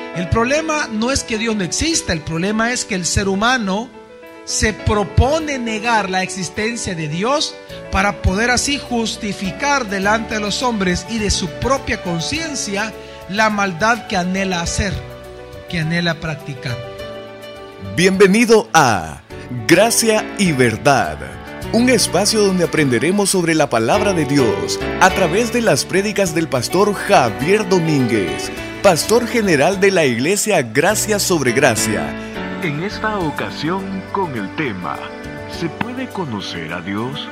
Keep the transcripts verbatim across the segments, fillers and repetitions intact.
El problema no es que Dios no exista, el problema es que el ser humano se propone negar la existencia de Dios para poder así justificar delante de los hombres y de su propia conciencia la maldad que anhela hacer, que anhela practicar. Bienvenido a Gracia y Verdad, un espacio donde aprenderemos sobre la palabra de Dios a través de las prédicas del pastor Javier Domínguez, pastor general de la iglesia Gracia sobre Gracia. En esta ocasión con el tema, ¿se puede conocer a Dios?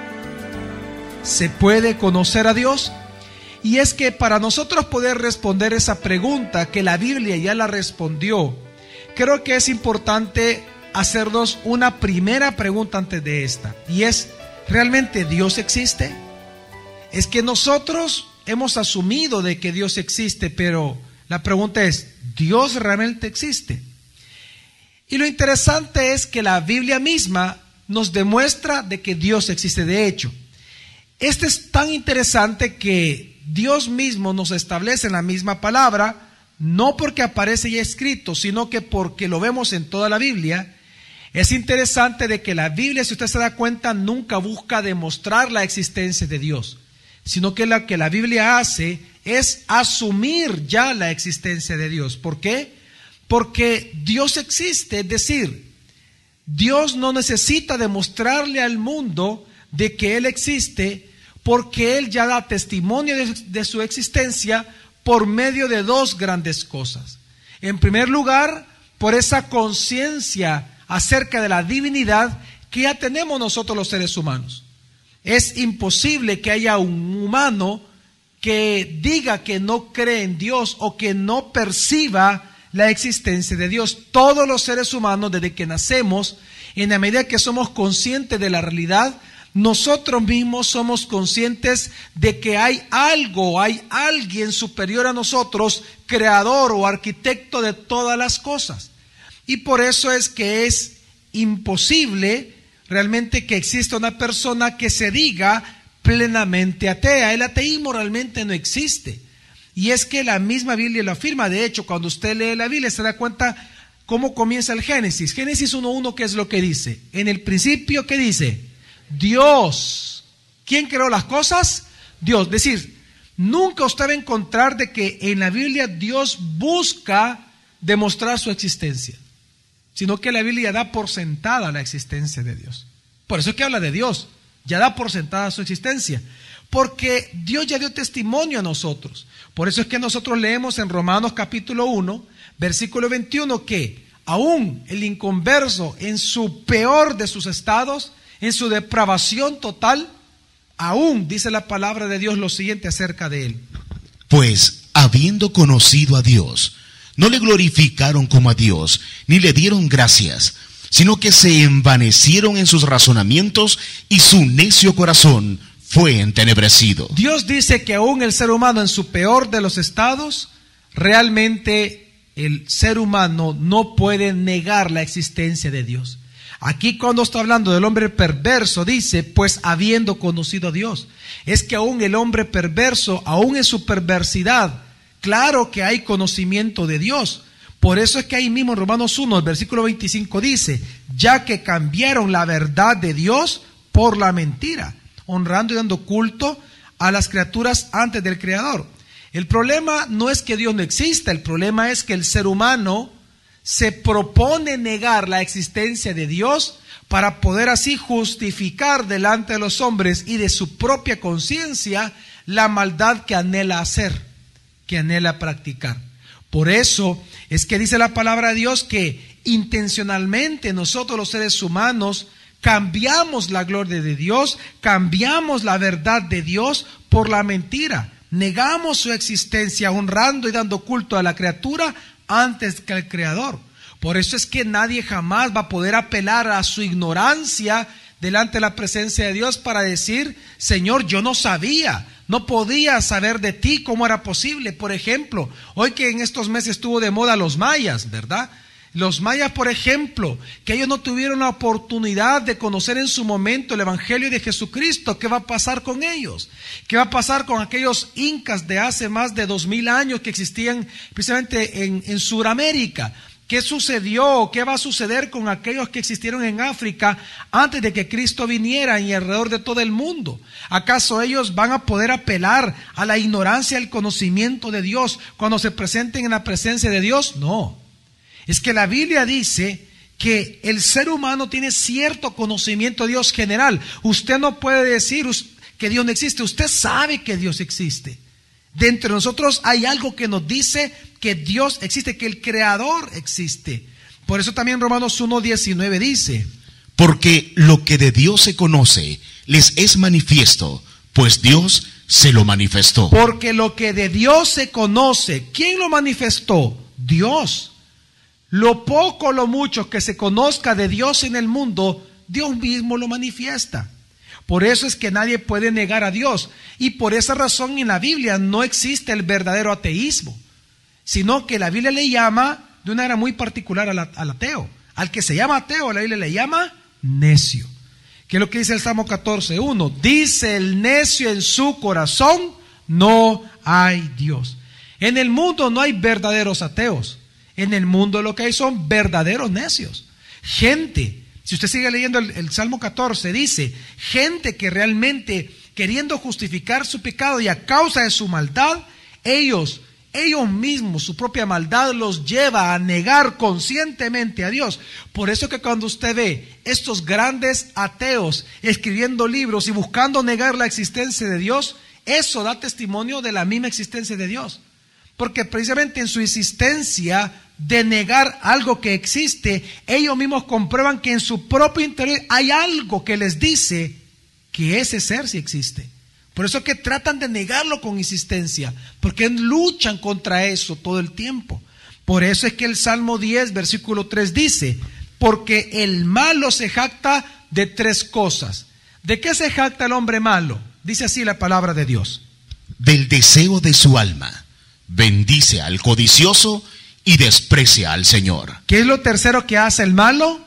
¿Se puede conocer a Dios? Y es que para nosotros poder responder esa pregunta que la Biblia ya la respondió, creo que es importante hacernos una primera pregunta antes de esta, y es, ¿realmente Dios existe? Es que nosotros hemos asumido de que Dios existe, pero la pregunta es, ¿Dios realmente existe? Y lo interesante es que la Biblia misma nos demuestra de que Dios existe. De hecho, este es tan interesante que Dios mismo nos establece en la misma palabra, no porque aparece ya escrito, sino que porque lo vemos en toda la Biblia. Es interesante de que la Biblia, si usted se da cuenta, nunca busca demostrar la existencia de Dios, sino que lo que la Biblia hace es asumir ya la existencia de Dios. ¿Por qué? Porque Dios existe, es decir, Dios no necesita demostrarle al mundo de que Él existe, porque Él ya da testimonio de, de su existencia por medio de dos grandes cosas. En primer lugar, por esa conciencia acerca de la divinidad que ya tenemos nosotros los seres humanos. Es imposible que haya un humano que diga que no cree en Dios o que no perciba la existencia de Dios. Todos los seres humanos, desde que nacemos, en la medida que somos conscientes de la realidad, nosotros mismos somos conscientes de que hay algo, hay alguien superior a nosotros, creador o arquitecto de todas las cosas. Y por eso es que es imposible realmente que exista una persona que se diga plenamente atea. El ateísmo realmente no existe. Y es que la misma Biblia lo afirma. De hecho, cuando usted lee la Biblia se da cuenta cómo comienza el Génesis. Génesis uno uno, ¿qué es lo que dice? En el principio, ¿qué dice? Dios. ¿Quién creó las cosas? Dios. Es decir, nunca usted va a encontrar de que en la Biblia Dios busca demostrar su existencia, sino que la Biblia da por sentada la existencia de Dios. Por eso es que habla de Dios, ya da por sentada su existencia, porque Dios ya dio testimonio a nosotros. Por eso es que nosotros leemos en Romanos capítulo uno, versículo veintiuno, que aún el inconverso en su peor de sus estados, en su depravación total, aún dice la palabra de Dios lo siguiente acerca de él. Pues, habiendo conocido a Dios, no le glorificaron como a Dios, ni le dieron gracias, sino que se envanecieron en sus razonamientos y su necio corazón fue entenebrecido. Dios dice que aún el ser humano en su peor de los estados, realmente el ser humano no puede negar la existencia de Dios. Aquí cuando está hablando del hombre perverso, dice, pues habiendo conocido a Dios. Es que aún el hombre perverso, aún en su perversidad, claro que hay conocimiento de Dios. Por eso es que ahí mismo en Romanos uno, el versículo veinticinco dice, ya que cambiaron la verdad de Dios por la mentira, honrando y dando culto a las criaturas antes del Creador. El problema no es que Dios no exista, el problema es que el ser humano se propone negar la existencia de Dios para poder así justificar delante de los hombres y de su propia conciencia la maldad que anhela hacer, que anhela practicar. Por eso es que dice la palabra de Dios que intencionalmente nosotros los seres humanos cambiamos la gloria de Dios, cambiamos la verdad de Dios por la mentira. Negamos su existencia honrando y dando culto a la criatura antes que al Creador. Por eso es que nadie jamás va a poder apelar a su ignorancia delante de la presencia de Dios para decir, Señor, yo no sabía, no podía saber de ti, ¿cómo era posible? Por ejemplo, hoy que en estos meses estuvo de moda los mayas, ¿verdad? Los mayas, por ejemplo, que ellos no tuvieron la oportunidad de conocer en su momento el Evangelio de Jesucristo. ¿Qué va a pasar con ellos? ¿Qué va a pasar con aquellos incas de hace más de dos mil años que existían precisamente en, en Sudamérica? ¿Qué sucedió? ¿Qué va a suceder con aquellos que existieron en África antes de que Cristo viniera y alrededor de todo el mundo? ¿Acaso ellos van a poder apelar a la ignorancia, al conocimiento de Dios cuando se presenten en la presencia de Dios? No. Es que la Biblia dice que el ser humano tiene cierto conocimiento de Dios general. Usted no puede decir que Dios no existe. Usted sabe que Dios existe. Dentro de nosotros hay algo que nos dice que Dios existe, que el Creador existe. Por eso también Romanos uno diecinueve dice: porque lo que de Dios se conoce les es manifiesto, pues Dios se lo manifestó. Porque lo que de Dios se conoce, ¿quién lo manifestó? Dios. Lo poco o lo mucho que se conozca de Dios en el mundo, Dios mismo lo manifiesta. Por eso es que nadie puede negar a Dios. Y por esa razón en la Biblia no existe el verdadero ateísmo, sino que la Biblia le llama de una manera muy particular al, al ateo. Al que se llama ateo, la Biblia le llama necio. ¿Qué es lo que dice el Salmo catorce uno? Dice el necio en su corazón: no hay Dios. En el mundo no hay verdaderos ateos. En el mundo lo que hay son verdaderos necios. Gente, si usted sigue leyendo el, el Salmo catorce, dice, gente que realmente queriendo justificar su pecado y a causa de su maldad, ellos, ellos mismos, su propia maldad los lleva a negar conscientemente a Dios. Por eso que cuando usted ve estos grandes ateos escribiendo libros y buscando negar la existencia de Dios, eso da testimonio de la misma existencia de Dios. Porque precisamente en su insistencia de negar algo que existe, ellos mismos comprueban que en su propio interior hay algo que les dice que ese ser sí existe. Por eso que tratan de negarlo con insistencia, porque luchan contra eso todo el tiempo. Por eso es que el Salmo diez, versículo tres dice: porque el malo se jacta de tres cosas. ¿De qué se jacta el hombre malo? Dice así la palabra de Dios: del deseo de su alma, bendice al codicioso y desprecia al Señor. ¿Qué es lo tercero que hace el malo?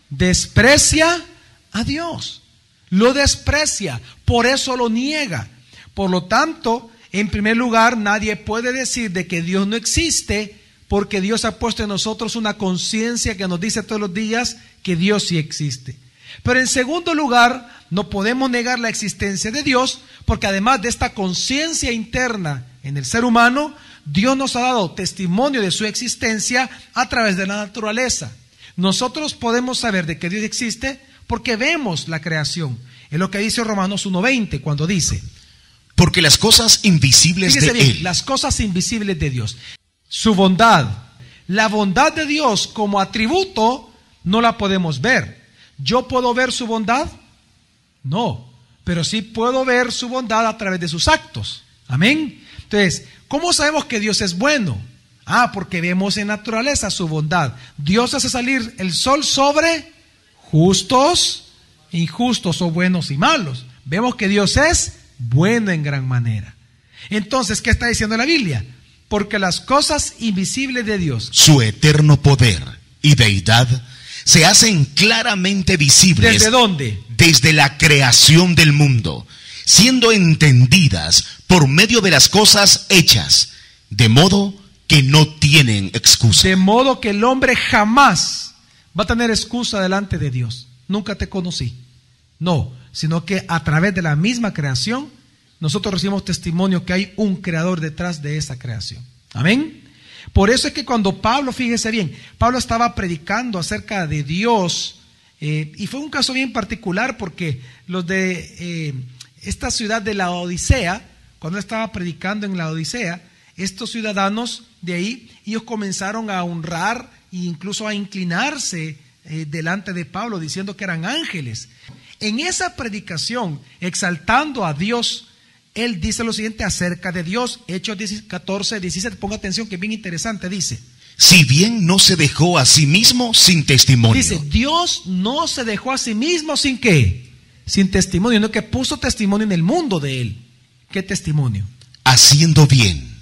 Desprecia a Dios. Lo desprecia, por eso lo niega. Por lo tanto, en primer lugar, nadie puede decir de que Dios no existe, porque Dios ha puesto en nosotros una conciencia que nos dice todos los días que Dios sí existe. Pero en segundo lugar, no podemos negar la existencia de Dios, porque además de esta conciencia interna en el ser humano, Dios nos ha dado testimonio de su existencia a través de la naturaleza. Nosotros podemos saber de que Dios existe porque vemos la creación. Es lo que dice Romanos uno veinte cuando dice: porque las cosas invisibles de bien, Él, las cosas invisibles de Dios, su bondad, la bondad de Dios como atributo, no la podemos ver. ¿Yo puedo ver su bondad? No, pero sí puedo ver su bondad a través de sus actos. Amén. Entonces, ¿cómo sabemos que Dios es bueno? Ah, porque vemos en naturaleza su bondad. Dios hace salir el sol sobre justos, injustos o buenos y malos. Vemos que Dios es bueno en gran manera. Entonces, ¿qué está diciendo la Biblia? Porque las cosas invisibles de Dios, su eterno poder y deidad, se hacen claramente visibles. ¿desde dónde? Desde la creación del mundo, siendo entendidas por medio de las cosas hechas, de modo que no tienen excusa. De modo que el hombre jamás va a tener excusa delante de Dios. Nunca te conocí. No, sino que a través de la misma creación, nosotros recibimos testimonio que hay un creador detrás de esa creación. Amén. Por eso es que cuando Pablo, fíjese bien, Pablo estaba predicando acerca de Dios, eh, y fue un caso bien particular porque los de eh, esta ciudad de la Odisea, cuando él estaba predicando en la Odisea, estos ciudadanos de ahí, ellos comenzaron a honrar e incluso a inclinarse eh, delante de Pablo, diciendo que eran ángeles. En esa predicación, exaltando a Dios, él dice lo siguiente acerca de Dios, Hechos catorce, diecisiete, ponga atención que es bien interesante, dice: si bien no se dejó a sí mismo sin testimonio. Dice, Dios no se dejó a sí mismo sin qué, sin testimonio, sino que puso testimonio en el mundo de él. ¿Qué testimonio? Haciendo bien,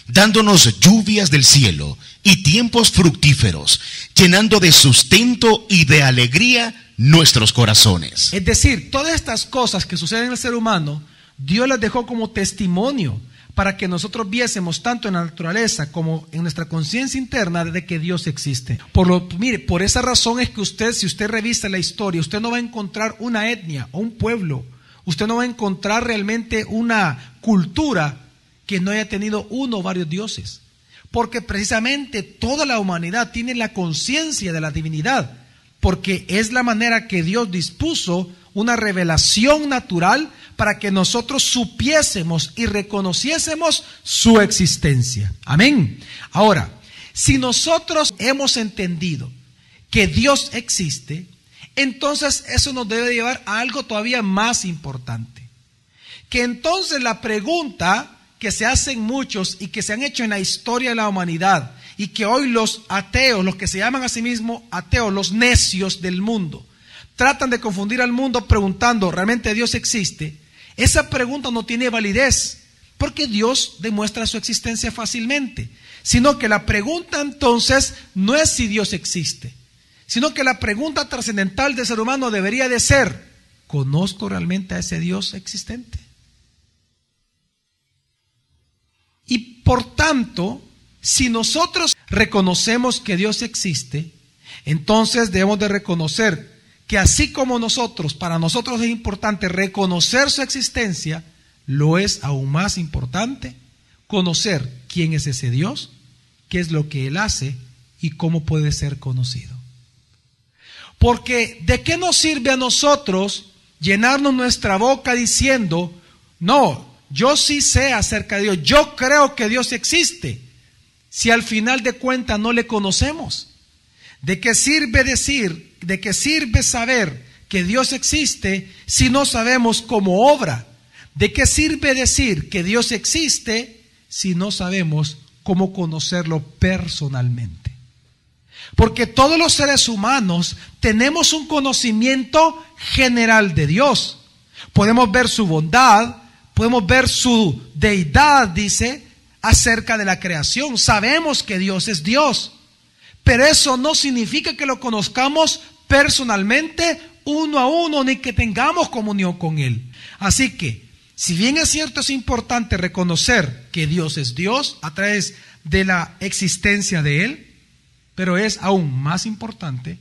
dándonos lluvias del cielo y tiempos fructíferos, llenando de sustento y de alegría nuestros corazones. Es decir, todas estas cosas que suceden en el ser humano, Dios las dejó como testimonio para que nosotros viésemos tanto en la naturaleza como en nuestra conciencia interna de que Dios existe. Por lo, mire, por esa razón es que usted, si usted revisa la historia, usted no va a encontrar una etnia o un pueblo, usted no va a encontrar realmente una cultura que no haya tenido uno o varios dioses, porque precisamente toda la humanidad tiene la conciencia de la divinidad, porque es la manera que Dios dispuso una revelación natural para que nosotros supiésemos y reconociésemos su existencia. Amén. Ahora, si nosotros hemos entendido que Dios existe, entonces eso nos debe llevar a algo todavía más importante. Que entonces la pregunta que se hacen muchos y que se han hecho en la historia de la humanidad, y que hoy los ateos, los que se llaman a sí mismos ateos, los necios del mundo, tratan de confundir al mundo preguntando, ¿realmente Dios existe? Esa pregunta no tiene validez, porque Dios demuestra su existencia fácilmente, sino que la pregunta entonces no es si Dios existe, sino que la pregunta trascendental del ser humano debería de ser, ¿conozco realmente a ese Dios existente? Y por tanto, si nosotros reconocemos que Dios existe, entonces debemos de reconocer que así como nosotros, para nosotros es importante reconocer su existencia, lo es aún más importante conocer quién es ese Dios, qué es lo que Él hace y cómo puede ser conocido. Porque ¿de qué nos sirve a nosotros llenarnos nuestra boca diciendo, no, yo sí sé acerca de Dios, yo creo que Dios existe, si al final de cuentas no le conocemos? ¿De qué sirve decir, de qué sirve saber que Dios existe si no sabemos cómo obra? ¿De qué sirve decir que Dios existe si no sabemos cómo conocerlo personalmente? Porque todos los seres humanos tenemos un conocimiento general de Dios. Podemos ver su bondad, podemos ver su deidad, dice, acerca de la creación. Sabemos que Dios es Dios, pero eso no significa que lo conozcamos personalmente, uno a uno, ni que tengamos comunión con Él. Así que, si bien es cierto, es importante reconocer que Dios es Dios a través de la existencia de Él, pero es aún más importante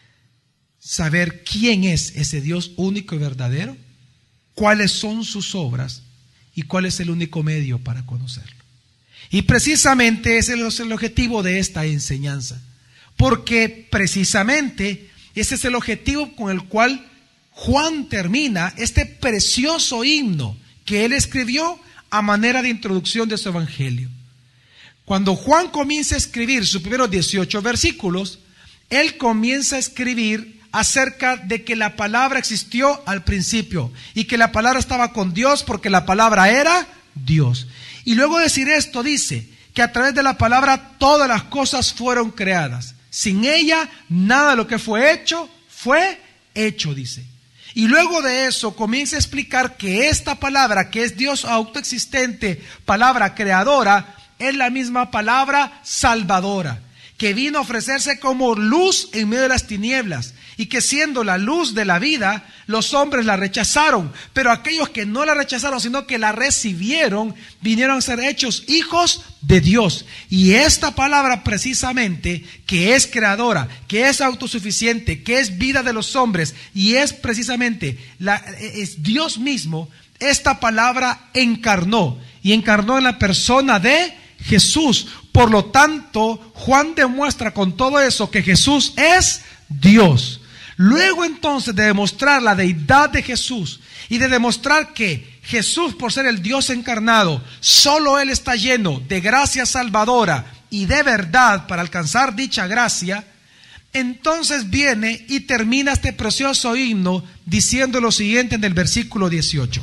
saber quién es ese Dios único y verdadero, cuáles son sus obras y cuál es el único medio para conocerlo. Y precisamente ese es el objetivo de esta enseñanza, porque precisamente ese es el objetivo con el cual Juan termina este precioso himno que él escribió a manera de introducción de su evangelio. Cuando Juan comienza a escribir sus primeros dieciocho versículos, él comienza a escribir acerca de que la palabra existió al principio y que la palabra estaba con Dios porque la palabra era Dios. Y luego de decir esto dice que a través de la palabra todas las cosas fueron creadas. Sin ella nada de lo que fue hecho fue hecho, dice. Y luego de eso comienza a explicar que esta palabra, que es Dios autoexistente, palabra creadora, es la misma palabra salvadora, que vino a ofrecerse como luz en medio de las tinieblas, y que siendo la luz de la vida, los hombres la rechazaron, pero aquellos que no la rechazaron, sino que la recibieron, vinieron a ser hechos hijos de Dios. Y esta palabra precisamente, que es creadora, que es autosuficiente, que es vida de los hombres, y es precisamente la, es Dios mismo, esta palabra encarnó, y encarnó en la persona de Jesús. Por lo tanto, Juan demuestra con todo eso que Jesús es Dios. Luego entonces de demostrar la deidad de Jesús y de demostrar que Jesús, por ser el Dios encarnado, solo Él está lleno de gracia salvadora y de verdad para alcanzar dicha gracia, entonces viene y termina este precioso himno diciendo lo siguiente en el versículo dieciocho.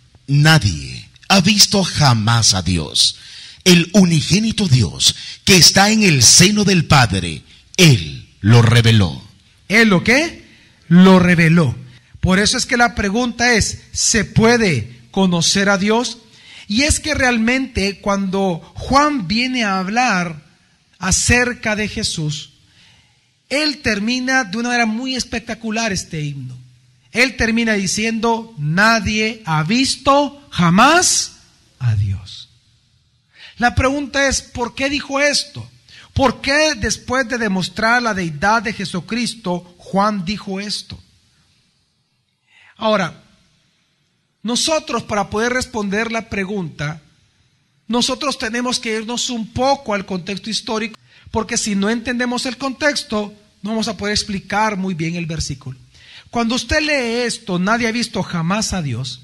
Nadie ha visto jamás a Dios, el unigénito Dios que está en el seno del Padre, Él lo reveló. ¿Él lo qué? Lo reveló. Por eso es que la pregunta es, ¿se puede conocer a Dios? Y es que realmente cuando Juan viene a hablar acerca de Jesús, él termina de una manera muy espectacular este himno. Él termina diciendo: nadie ha visto jamás a Dios. La pregunta es, ¿por qué dijo esto? ¿Por qué después de demostrar la deidad de Jesucristo, Juan dijo esto? Ahora, nosotros, para poder responder la pregunta, nosotros tenemos que irnos un poco al contexto histórico, porque si no entendemos el contexto, no vamos a poder explicar muy bien el versículo. Cuando usted lee esto, nadie ha visto jamás a Dios,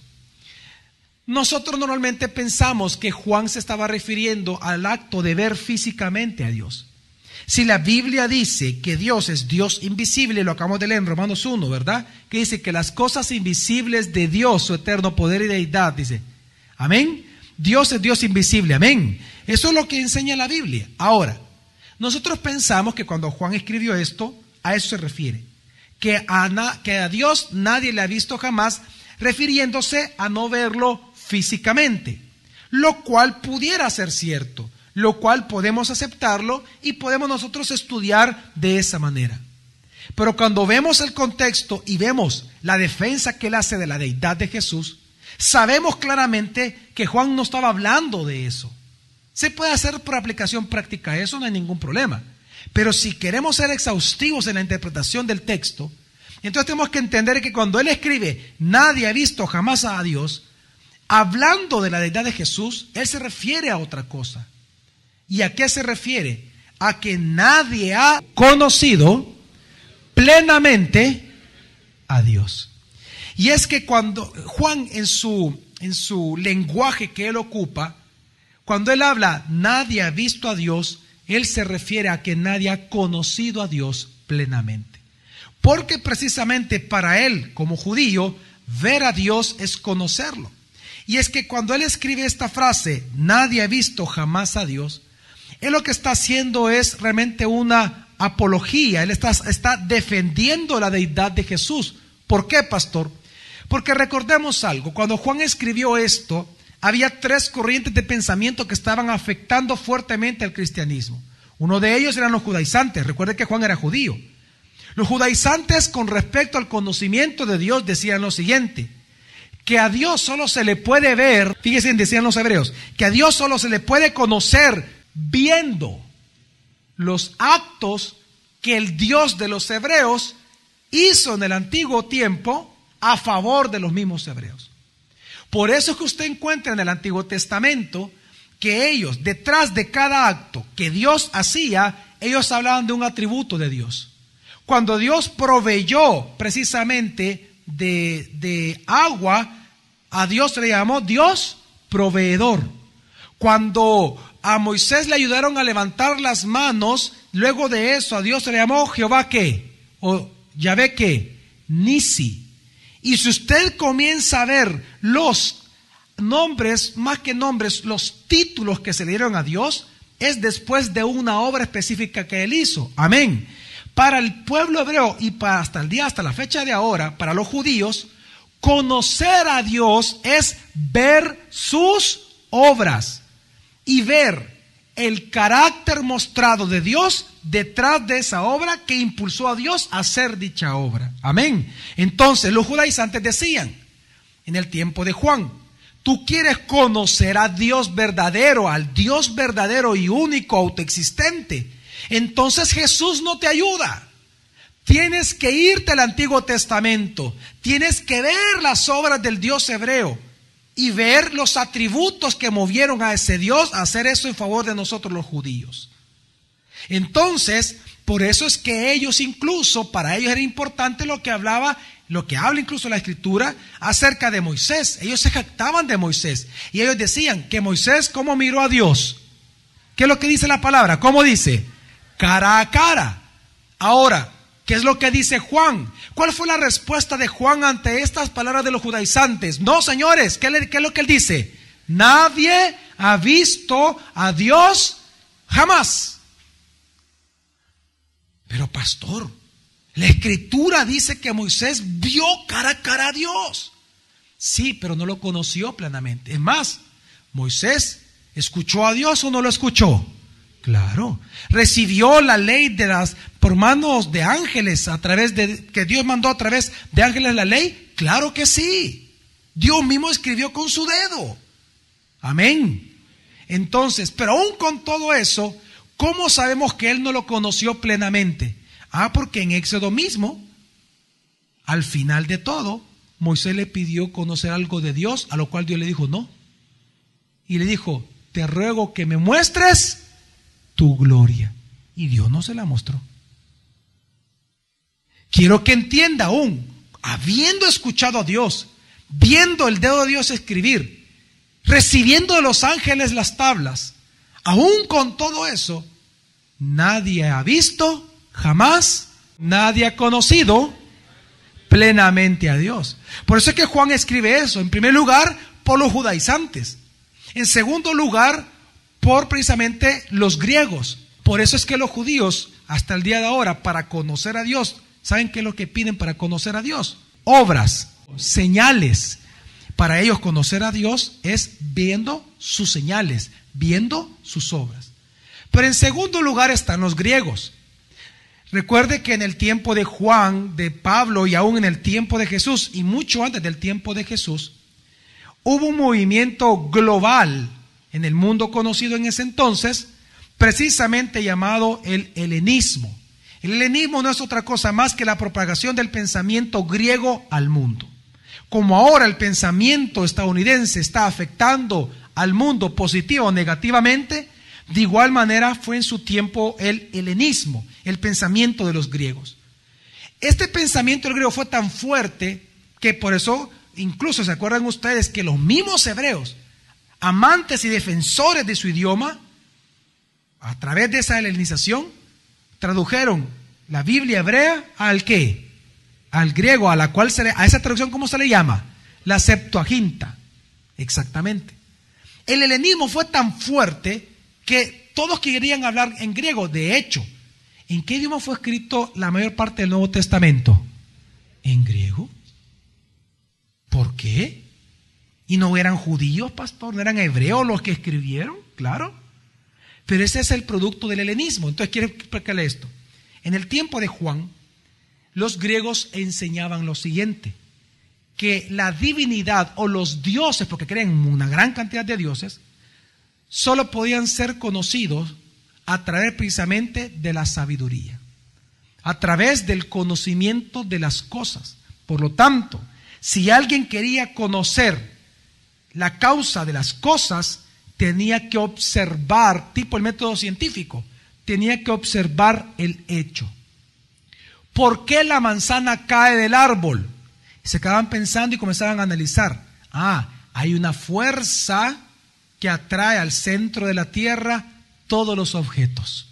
nosotros normalmente pensamos que Juan se estaba refiriendo al acto de ver físicamente a Dios. Si la Biblia dice que Dios es Dios invisible, lo acabamos de leer en Romanos uno, ¿verdad? Que dice que las cosas invisibles de Dios, su eterno poder y deidad, dice, amén. Dios es Dios invisible, amén. Eso es lo que enseña la Biblia. Ahora, nosotros pensamos que cuando Juan escribió esto, a eso se refiere. Que a, na, que a Dios nadie le ha visto jamás, refiriéndose a no verlo físicamente, lo cual pudiera ser cierto, lo cual podemos aceptarlo y podemos nosotros estudiar de esa manera. Pero cuando vemos el contexto y vemos la defensa que él hace de la deidad de Jesús, sabemos claramente que Juan no estaba hablando de eso. Se puede hacer por aplicación práctica eso, no hay ningún problema. Pero si queremos ser exhaustivos en la interpretación del texto, entonces tenemos que entender que cuando él escribe, nadie ha visto jamás a Dios, hablando de la deidad de Jesús, él se refiere a otra cosa. ¿Y a qué se refiere? A que nadie ha conocido plenamente a Dios. Y es que cuando Juan en su, en su lenguaje que él ocupa, cuando él habla, nadie ha visto a Dios, él se refiere a que nadie ha conocido a Dios plenamente. Porque precisamente para él, como judío, ver a Dios es conocerlo. Y es que cuando él escribe esta frase, nadie ha visto jamás a Dios, él lo que está haciendo es realmente una apología, él está, está defendiendo la deidad de Jesús. ¿Por qué, pastor? Porque recordemos algo, cuando Juan escribió esto, había tres corrientes de pensamiento que estaban afectando fuertemente al cristianismo. Uno de ellos eran los judaizantes. Recuerde que Juan era judío. Los judaizantes, con respecto al conocimiento de Dios, decían lo siguiente: que a Dios solo se le puede ver, fíjense, decían los hebreos, que a Dios solo se le puede conocer viendo los actos que el Dios de los hebreos hizo en el antiguo tiempo a favor de los mismos hebreos. Por eso es que usted encuentra en el Antiguo Testamento que ellos, detrás de cada acto que Dios hacía, ellos hablaban de un atributo de Dios. Cuando Dios proveyó precisamente de, de agua, a Dios se le llamó Dios proveedor. Cuando a Moisés le ayudaron a levantar las manos, luego de eso a Dios se le llamó Jehová ¿qué? O Yahvé ¿qué? Nisi. Y si usted comienza a ver los nombres, más que nombres, los títulos que se le dieron a Dios, es después de una obra específica que él hizo. Amén. Para el pueblo hebreo y para hasta el día, hasta la fecha de ahora, para los judíos, conocer a Dios es ver sus obras y ver el carácter mostrado de Dios detrás de esa obra que impulsó a Dios a hacer dicha obra. Amén. Entonces los judaizantes decían en el tiempo de Juan: tú quieres conocer a Dios verdadero, al Dios verdadero y único, autoexistente. Entonces Jesús no te ayuda. Tienes que irte al Antiguo Testamento. Tienes que ver las obras del Dios hebreo y ver los atributos que movieron a ese Dios a hacer eso en favor de nosotros los judíos. Entonces, por eso es que ellos incluso, para ellos era importante lo que hablaba, lo que habla incluso la Escritura acerca de Moisés. Ellos se jactaban de Moisés y ellos decían que Moisés, ¿cómo miró a Dios? ¿Qué es lo que dice la palabra? ¿Cómo dice? Cara a cara. Ahora, ¿qué es lo que dice Juan? ¿Cuál fue la respuesta de Juan ante estas palabras de los judaizantes? No, señores, ¿qué, le, qué es lo que él dice? Nadie ha visto a Dios jamás. Pero pastor, la Escritura dice que Moisés vio cara a cara a Dios. Sí, pero no lo conoció plenamente. Es más, Moisés, ¿escuchó a Dios o no lo escuchó? Claro. ¿Recibió la ley de las, por manos de ángeles, a través de, que Dios mandó a través de ángeles la ley? Claro que sí. Dios mismo escribió con su dedo. Amén. Entonces, pero aún con todo eso, ¿cómo sabemos que él no lo conoció plenamente? Ah, porque en Éxodo mismo, al final de todo, Moisés le pidió conocer algo de Dios, a lo cual Dios le dijo no. Y le dijo, te ruego que me muestres tu gloria. Y Dios no se la mostró. Quiero que entienda aún, habiendo escuchado a Dios, viendo el dedo de Dios escribir, recibiendo de los ángeles las tablas, aún con todo eso, nadie ha visto, jamás, nadie ha conocido plenamente a Dios. Por eso es que Juan escribe eso, en primer lugar, por los judaizantes. En segundo lugar, por precisamente los griegos. Por eso es que los judíos, hasta el día de ahora, para conocer a Dios, ¿saben qué es lo que piden para conocer a Dios? Obras, señales. Para ellos conocer a Dios es viendo sus señales, viendo sus obras. Pero en segundo lugar están los griegos. Recuerde que en el tiempo de Juan, de Pablo y aún en el tiempo de Jesús y mucho antes del tiempo de Jesús, hubo un movimiento global en el mundo conocido en ese entonces, precisamente llamado el helenismo. El helenismo no es otra cosa más que la propagación del pensamiento griego al mundo. Como ahora el pensamiento estadounidense está afectando al mundo positivo o negativamente, de igual manera fue en su tiempo el helenismo, el pensamiento de los griegos. Este pensamiento del griego fue tan fuerte que por eso, incluso se acuerdan ustedes que los mismos hebreos, amantes y defensores de su idioma, a través de esa helenización, tradujeron la Biblia hebrea al ¿qué? Al griego, a la cual se le, a esa traducción, ¿cómo se le llama? La Septuaginta. Exactamente. El helenismo fue tan fuerte que todos querían hablar en griego. De hecho, ¿en qué idioma fue escrito la mayor parte del Nuevo Testamento? ¿En griego? ¿Por qué? ¿Y no eran judíos, pastor? ¿No eran hebreos los que escribieron? Claro. Pero ese es el producto del helenismo. Entonces quiero explicarle esto. En el tiempo de Juan, los griegos enseñaban lo siguiente: que la divinidad o los dioses, porque creen en una gran cantidad de dioses, solo podían ser conocidos a través precisamente de la sabiduría, a través del conocimiento de las cosas. Por lo tanto, si alguien quería conocer la causa de las cosas, tenía que observar, tipo el método científico, tenía que observar el hecho. ¿Por qué la manzana cae del árbol? Y se quedaban pensando y comenzaban a analizar. Ah, hay una fuerza que atrae al centro de la tierra todos los objetos.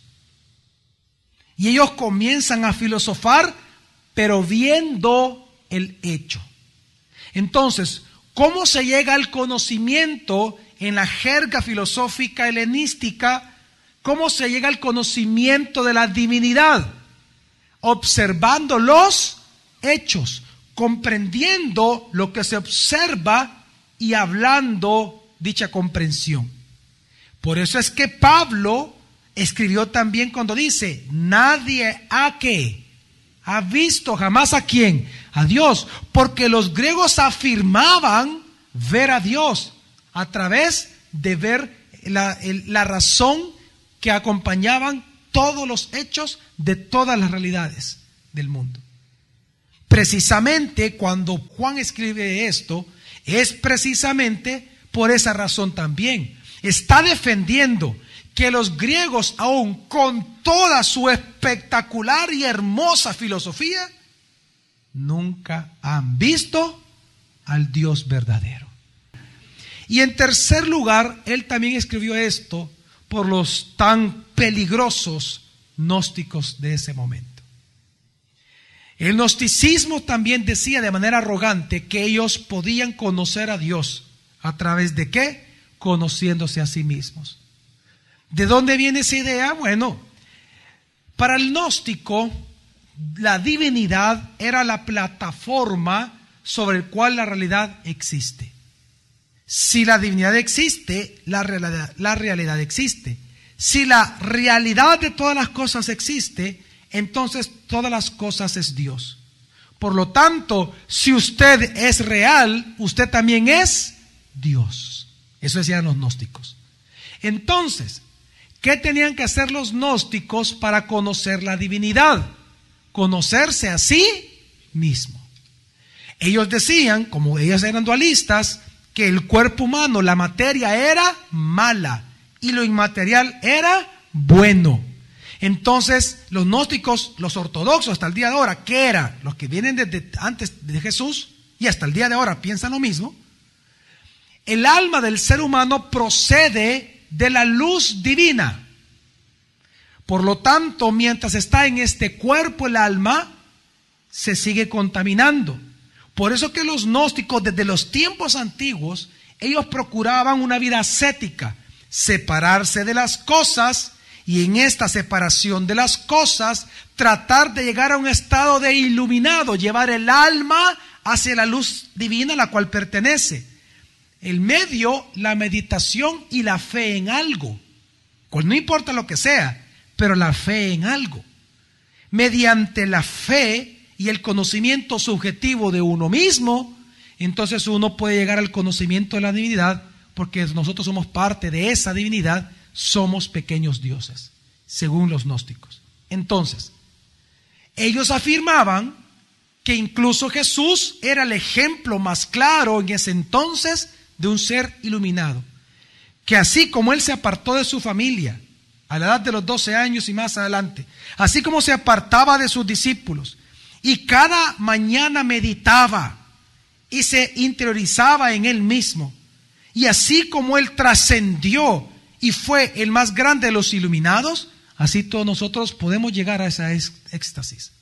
Y ellos comienzan a filosofar, pero viendo el hecho. Entonces, ¿cómo se llega al conocimiento en la jerga filosófica helenística? ¿Cómo se llega al conocimiento de la divinidad? Observando los hechos, comprendiendo lo que se observa y hablando dicha comprensión. Por eso es que Pablo escribió también cuando dice: nadie ha que ha visto jamás a quién, a Dios, porque los griegos afirmaban ver a Dios a través de ver la, el, la razón que acompañaban todos los hechos de todas las realidades del mundo. Precisamente cuando Juan escribe esto, es precisamente por esa razón también. Está defendiendo que los griegos, aún con toda su espectacular y hermosa filosofía, nunca han visto al Dios verdadero. Y en tercer lugar, él también escribió esto por los tan peligrosos gnósticos de ese momento. El gnosticismo también decía de manera arrogante que ellos podían conocer a Dios. ¿A través de qué? Conociéndose a sí mismos. ¿De dónde viene esa idea? Bueno, para el gnóstico, la divinidad era la plataforma sobre la cual la realidad existe. Si la divinidad existe, la realidad, la realidad existe. Si la realidad de todas las cosas existe, entonces todas las cosas es Dios. Por lo tanto, si usted es real, usted también es Dios. Eso decían los gnósticos. Entonces, ¿qué tenían que hacer los gnósticos para conocer la divinidad? Conocerse a sí mismo. Ellos decían, como ellos eran dualistas, que el cuerpo humano, la materia era mala y lo inmaterial era bueno. Entonces, los gnósticos, los ortodoxos hasta el día de ahora, ¿qué eran? Los que vienen desde antes de Jesús y hasta el día de ahora piensan lo mismo. El alma del ser humano procede de la luz divina. Por lo tanto, mientras está en este cuerpo, el alma se sigue contaminando. Por eso que los gnósticos desde los tiempos antiguos, ellos procuraban una vida ascética, separarse de las cosas, y en esta separación de las cosas, tratar de llegar a un estado de iluminado, llevar el alma hacia la luz divina a la cual pertenece. El medio, la meditación y la fe en algo. Pues no importa lo que sea, pero la fe en algo. Mediante la fe y el conocimiento subjetivo de uno mismo, entonces uno puede llegar al conocimiento de la divinidad, porque nosotros somos parte de esa divinidad. Somos pequeños dioses, según los gnósticos. Entonces, ellos afirmaban que incluso Jesús era el ejemplo más claro en ese entonces de un ser iluminado, que así como él se apartó de su familia a la edad de los doce años y más adelante, así como se apartaba de sus discípulos y cada mañana meditaba y se interiorizaba en él mismo, y así como él trascendió y fue el más grande de los iluminados, así todos nosotros podemos llegar a esa éxtasis.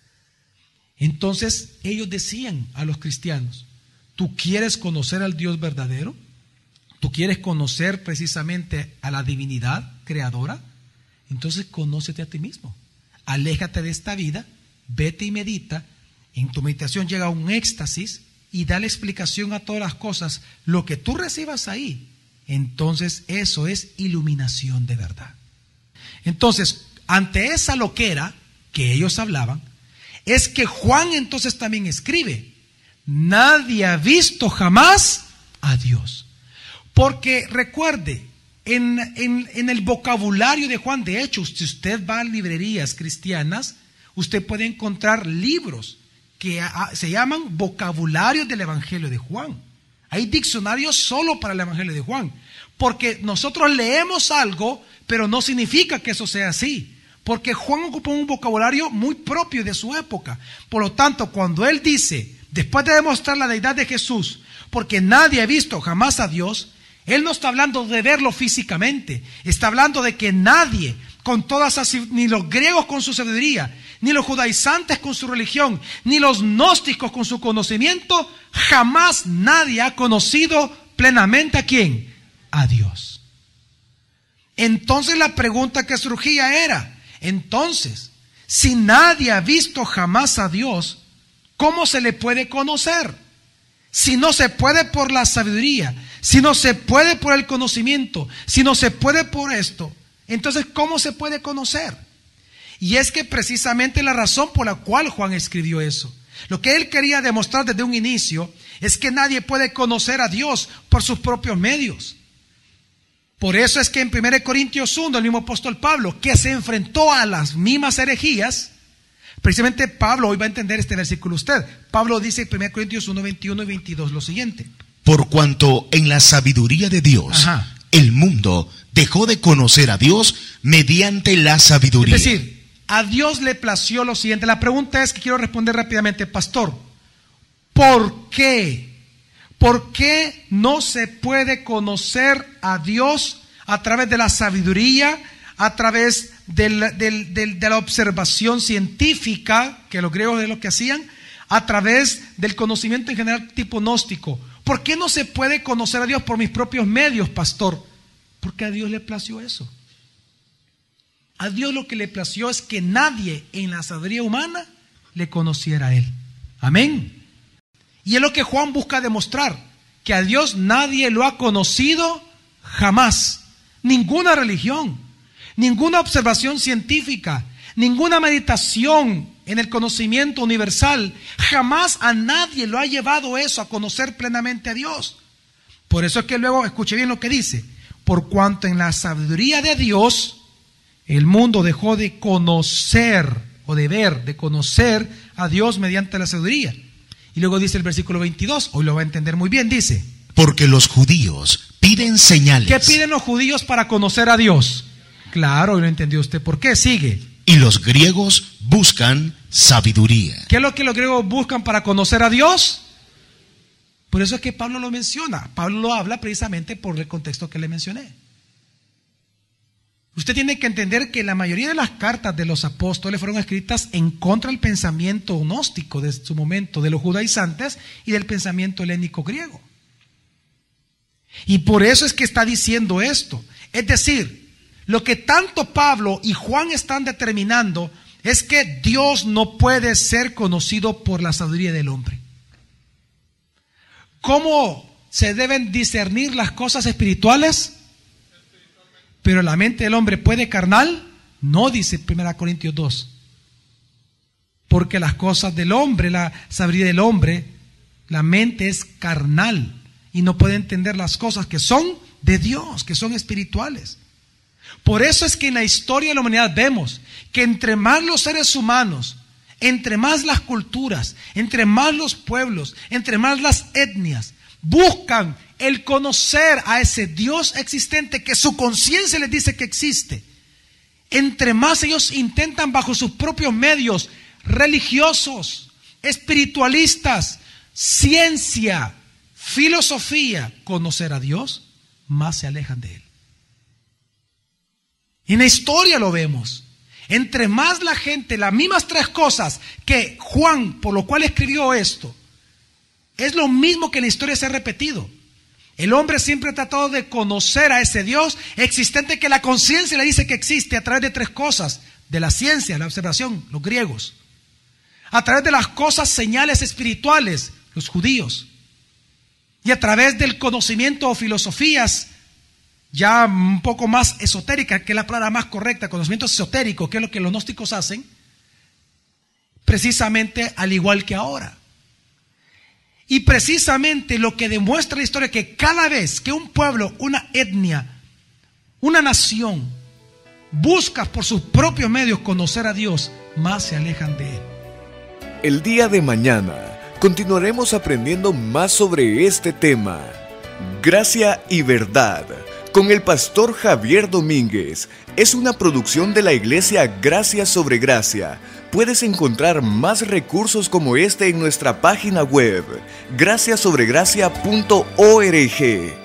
Entonces ellos decían a los cristianos: ¿tú quieres conocer al Dios verdadero? ¿Tú quieres conocer precisamente a la divinidad creadora? Entonces conócete a ti mismo. Aléjate de esta vida, vete y medita. En tu meditación llega a un éxtasis y dale explicación a todas las cosas. Lo que tú recibas ahí, entonces eso es iluminación de verdad. Entonces, ante esa loquera que ellos hablaban, es que Juan entonces también escribe: nadie ha visto jamás a Dios. Porque recuerde, en, en, en el vocabulario de Juan, de hecho, si usted va a librerías cristianas, usted puede encontrar libros que a, se llaman vocabularios del Evangelio de Juan. Hay diccionarios solo para el Evangelio de Juan, porque nosotros leemos algo, pero no significa que eso sea así, porque Juan ocupó un vocabulario muy propio de su época. Por lo tanto, cuando él dice, después de demostrar la deidad de Jesús, porque nadie ha visto jamás a Dios, él no está hablando de verlo físicamente, está hablando de que nadie, con todas así, ni los griegos con su sabiduría, ni los judaizantes con su religión, ni los gnósticos con su conocimiento, jamás nadie ha conocido plenamente ¿a quién? A Dios. Entonces la pregunta que surgía era, entonces, si nadie ha visto jamás a Dios, ¿cómo se le puede conocer? Si no se puede por la sabiduría, si no se puede por el conocimiento, si no se puede por esto, entonces ¿cómo se puede conocer? Y es que precisamente la razón por la cual Juan escribió eso, lo que él quería demostrar desde un inicio, es que nadie puede conocer a Dios por sus propios medios. Por eso es que en primera Corintios uno, el mismo apóstol Pablo, que se enfrentó a las mismas herejías, precisamente Pablo, hoy va a entender este versículo usted. Pablo dice en primera Corintios uno, veintiuno y veintidós lo siguiente: por cuanto en la sabiduría de Dios, Ajá. el mundo dejó de conocer a Dios mediante la sabiduría. Es decir, a Dios le plació lo siguiente. La pregunta es que quiero responder rápidamente, pastor, ¿por qué? ¿Por qué no se puede conocer a Dios a través de la sabiduría, a través del, del, del, de la observación científica, que los griegos es lo que hacían, a través del conocimiento en general tipo gnóstico? ¿Por qué no se puede conocer a Dios por mis propios medios, pastor? Porque a Dios le plació eso. A Dios lo que le plació es que nadie en la sabiduría humana le conociera a Él. Amén. Y es lo que Juan busca demostrar, que a Dios nadie lo ha conocido jamás. Ninguna religión, ninguna observación científica, ninguna meditación en el conocimiento universal, jamás a nadie lo ha llevado eso a conocer plenamente a Dios. Por eso es que luego, escuche bien lo que dice, por cuanto en la sabiduría de Dios, el mundo dejó de conocer, o de ver, de conocer a Dios mediante la sabiduría. Y luego dice el versículo veintidós, hoy lo va a entender muy bien, dice, porque los judíos piden señales. ¿qué piden los judíos para conocer a Dios? Claro, hoy lo entendió usted. ¿Por qué? Sigue. Y los griegos buscan sabiduría. ¿Qué es lo que los griegos buscan para conocer a Dios? Por eso es que Pablo lo menciona. Pablo lo habla precisamente por el contexto que le mencioné. Usted tiene que entender que la mayoría de las cartas de los apóstoles fueron escritas en contra del pensamiento gnóstico de su momento, de los judaizantes y del pensamiento helénico griego. Y por eso es que está diciendo esto. Es decir, lo que tanto Pablo y Juan están determinando es que Dios no puede ser conocido por la sabiduría del hombre. ¿Cómo se deben discernir las cosas espirituales? Pero la mente del hombre puede carnal, no, dice primera Corintios dos. Porque las cosas del hombre, la sabiduría del hombre, la mente es carnal y no puede entender las cosas que son de Dios, que son espirituales. Por eso es que en la historia de la humanidad vemos que entre más los seres humanos, entre más las culturas, entre más los pueblos, entre más las etnias buscan el conocer a ese Dios existente que su conciencia les dice que existe, entre más ellos intentan bajo sus propios medios religiosos, espiritualistas, ciencia, filosofía, conocer a Dios, más se alejan de Él. En la historia lo vemos. Entre más la gente, las mismas tres cosas que Juan, por lo cual escribió esto, es lo mismo que en la historia se ha repetido. El hombre siempre ha tratado de conocer a ese Dios existente que la conciencia le dice que existe a través de tres cosas: de la ciencia, la observación, los griegos; a través de las cosas, señales espirituales, los judíos; y a través del conocimiento o filosofías ya un poco más esotérica, que es la palabra más correcta, conocimiento esotérico, que es lo que los gnósticos hacen, precisamente al igual que ahora. Y precisamente lo que demuestra la historia es que cada vez que un pueblo, una etnia, una nación busca por sus propios medios conocer a Dios, más se alejan de Él. El día de mañana continuaremos aprendiendo más sobre este tema, Gracia y Verdad, con el pastor Javier Domínguez. Es una producción de la iglesia Gracia sobre Gracia. Puedes encontrar más recursos como este en nuestra página web, gracia sobre gracia punto org.